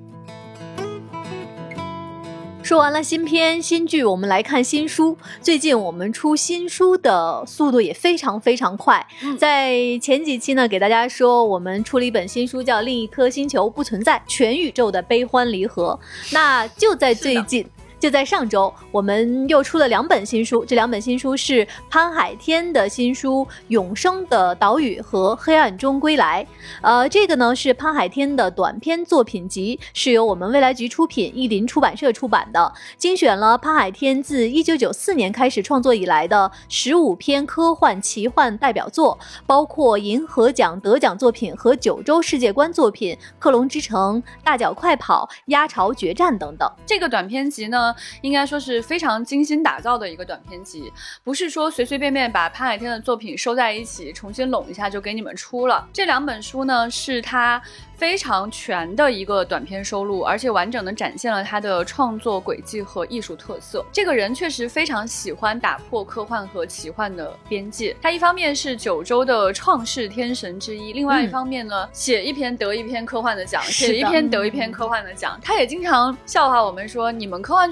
Speaker 1: 说完了新片新剧，我们来看新书。最近我们出新书的速度也非常非常快，在前几期呢给大家说我们出了一本新书叫《另一颗星球不存在：全宇宙的悲欢离合》，那就在最近就在上周，我们又出了2本新书，这2本新书是潘海天的新书《永生的岛屿》和《黑暗中归来》。这个呢是潘海天的短篇作品集，是由我们未来局出品，译林出版社出版的，精选了潘海天自1994年开始创作以来的15篇科幻奇幻代表作，包括银河奖得奖作品和9州世界观作品《克隆之城》、《大脚快跑》、《鸭巢决战》等等。
Speaker 2: 这个短篇集呢应该说是非常精心打造的一个短篇集，不是说随随便便把潘海天的作品收在一起重新拢一下就给你们出了。这2本书呢是他非常全的一个短篇收录，而且完整的展现了他的创作轨迹和艺术特色。这个人确实非常喜欢打破科幻和奇幻的边界，他一方面是9州的创世天神之一，另外一方面呢写一篇得一篇科幻的奖，写一篇得一篇科幻的奖。他也经常笑话我们说，你们科幻圈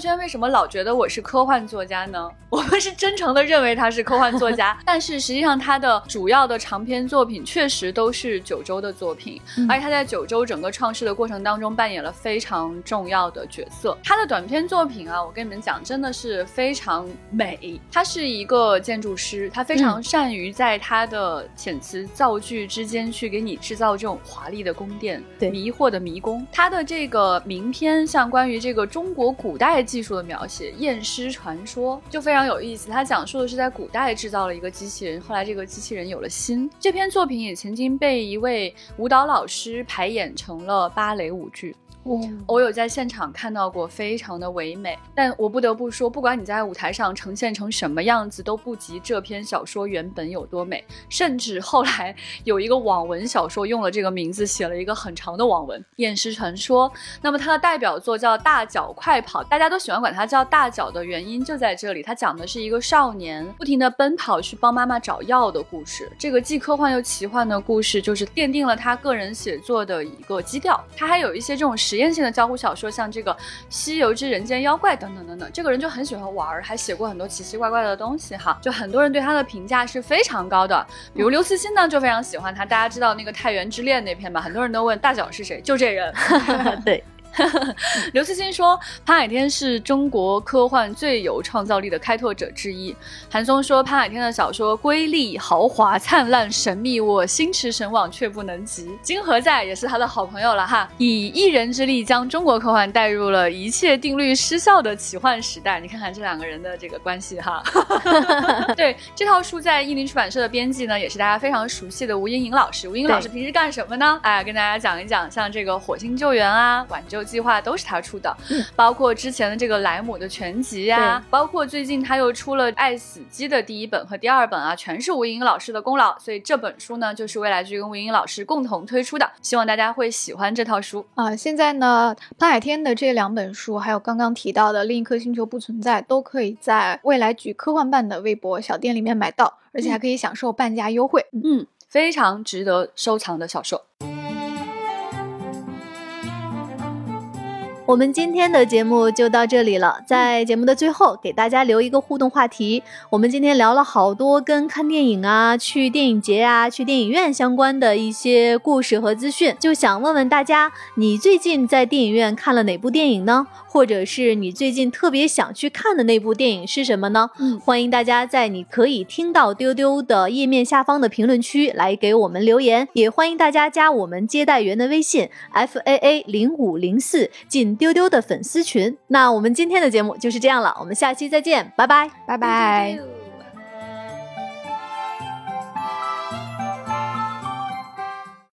Speaker 2: 轩为什么老觉得我是科幻作家呢？我们是真诚的认为他是科幻作家，但是实际上他的主要的长篇作品确实都是九州的作品，而且他在九州整个创世的过程当中扮演了非常重要的角色。他的短篇作品啊，我跟你们讲，真的是非常美。他是一个建筑师，他非常善于在他的遣词造句之间去给你制造这种华丽的宫殿，迷惑的迷宫。他的这个名篇像关于这个中国古代技术的描写，验尸传说就非常有意思。他讲述的是在古代制造了一个机器人，后来这个机器人有了心。这篇作品也曾经被一位舞蹈老师排演成了芭蕾舞剧。我有在现场看到过，非常的唯美。但我不得不说，不管你在舞台上呈现成什么样子，都不及这篇小说原本有多美。甚至后来有一个网文小说用了这个名字写了一个很长的网文《验尸传说》。那么它的代表作叫《大脚快跑》，大家都喜欢管它叫大脚的原因就在这里，它讲的是一个少年不停地奔跑去帮妈妈找药的故事。这个既科幻又奇幻的故事就是奠定了他个人写作的一个基调。他还有一些这种实验性的交互小说，像这个《西游之人间妖怪》等等等等。这个人就很喜欢玩，还写过很多奇奇怪怪的东西哈，就很多人对他的评价是非常高的。比如刘慈欣呢就非常喜欢他，大家知道那个《太原之恋》那篇吧，很多人都问大脚是谁，就这人
Speaker 1: 对。
Speaker 2: 刘慈欣说潘海天是中国科幻最有创造力的开拓者之一。韩松说潘海天的小说瑰丽豪华灿烂神秘，我心驰神往却不能及。金河在也是他的好朋友了哈，以一人之力将中国科幻带入了一切定律失效的奇幻时代。你看看这两个人的这个关系哈。对，这套书在译林出版社的编辑呢也是大家非常熟悉的吴英颖老师。吴英颖老师平时干什么呢？哎，跟大家讲一讲，像这个火星救援啊、挽救计划都是他出的，包括之前的这个莱姆的全集啊，包括最近他又出了爱死机的第一本和第二本啊，全是吴英颖老师的功劳。所以这本书呢就是未来局跟吴英颖老师共同推出的，希望大家会喜欢这套书
Speaker 3: 啊。现在呢潘海天的这两本书还有刚刚提到的另一颗星球不存在都可以在未来局科幻办的微博小店里面买到，而且还可以享受半价优惠。
Speaker 2: 非常值得收藏的小说。
Speaker 1: 我们今天的节目就到这里了，在节目的最后给大家留一个互动话题。我们今天聊了好多跟看电影啊、去电影节啊、去电影院相关的一些故事和资讯，就想问问大家，你最近在电影院看了哪部电影呢？或者是你最近特别想去看的那部电影是什么呢？欢迎大家在你可以听到丢丢的页面下方的评论区来给我们留言，也欢迎大家加我们接待员的微信 FAA0504 进丢丢的粉丝群。那我们今天的节目就是这样了，我们下期再见，拜拜，
Speaker 3: 拜拜。